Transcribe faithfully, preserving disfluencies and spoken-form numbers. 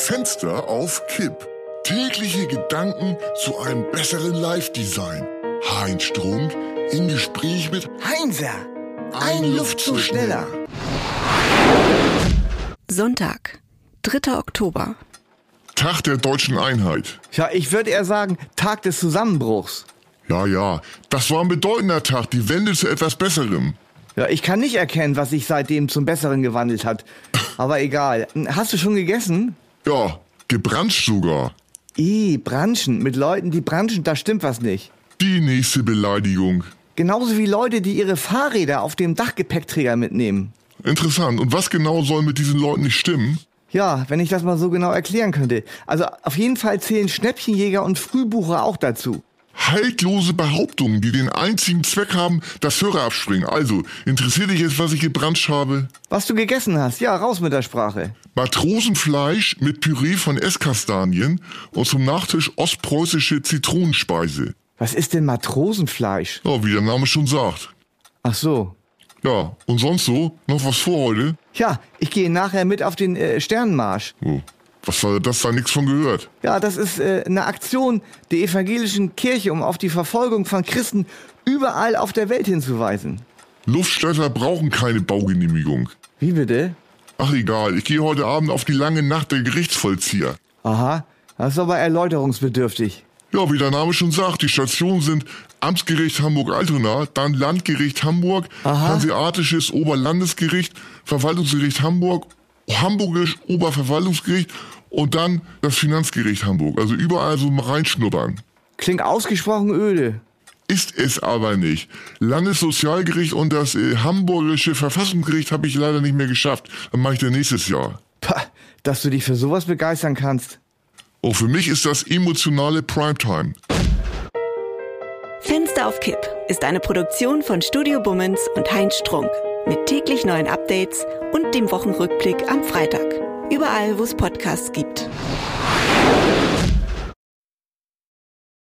Fenster auf Kipp. Tägliche Gedanken zu einem besseren Live-Design. Heinz Strunk im Gespräch mit Heinzer, ein, ein Luftzug schneller. Sonntag, dritter Oktober. Tag der deutschen Einheit. Ja, ich würde eher sagen, Tag des Zusammenbruchs. Ja, ja, das war ein bedeutender Tag, die Wende zu etwas Besserem. Ja, ich kann nicht erkennen, was sich seitdem zum Besseren gewandelt hat. Aber egal. Hast du schon gegessen? Ja, gebranscht sogar. Ih, branchen. Mit Leuten, die branchen, da stimmt was nicht. Die nächste Beleidigung. Genauso wie Leute, die ihre Fahrräder auf dem Dachgepäckträger mitnehmen. Interessant. Und was genau soll mit diesen Leuten nicht stimmen? Ja, wenn ich das mal so genau erklären könnte. Also auf jeden Fall zählen Schnäppchenjäger und Frühbucher auch dazu. Haltlose Behauptungen, die den einzigen Zweck haben, das Hörer abspringen. Also, interessiert dich jetzt, was ich gebranscht habe? Was du gegessen hast, ja, raus mit der Sprache. Matrosenfleisch mit Püree von Esskastanien und zum Nachtisch ostpreußische Zitronenspeise. Was ist denn Matrosenfleisch? Ja, wie der Name schon sagt. Ach so. Ja, und sonst so? Noch was vor heute? Ja, ich gehe nachher mit auf den äh, Sternenmarsch. Oh, was war das? Da nichts von gehört. Ja, das ist äh, eine Aktion der evangelischen Kirche, um auf die Verfolgung von Christen überall auf der Welt hinzuweisen. Luftschlösser brauchen keine Baugenehmigung. Wie bitte? Ach egal, ich gehe heute Abend auf die lange Nacht der Gerichtsvollzieher. Aha, das ist aber erläuterungsbedürftig. Ja, wie der Name schon sagt, die Stationen sind Amtsgericht Hamburg-Altona, dann Landgericht Hamburg, Aha. Hanseatisches Oberlandesgericht, Verwaltungsgericht Hamburg, Hamburgisch Oberverwaltungsgericht und dann das Finanzgericht Hamburg. Also überall so mal reinschnuppern. Klingt ausgesprochen öde. Ist es aber nicht. Landessozialgericht und das äh, Hamburgische Verfassungsgericht habe ich leider nicht mehr geschafft. Dann mache ich das nächstes Jahr. Pah, dass du dich für sowas begeistern kannst. Oh, für mich ist das emotionale Primetime. Fenster auf Kipp ist eine Produktion von Studio Bummens und Heinz Strunk. Mit täglich neuen Updates und dem Wochenrückblick am Freitag. Überall, wo es Podcasts gibt.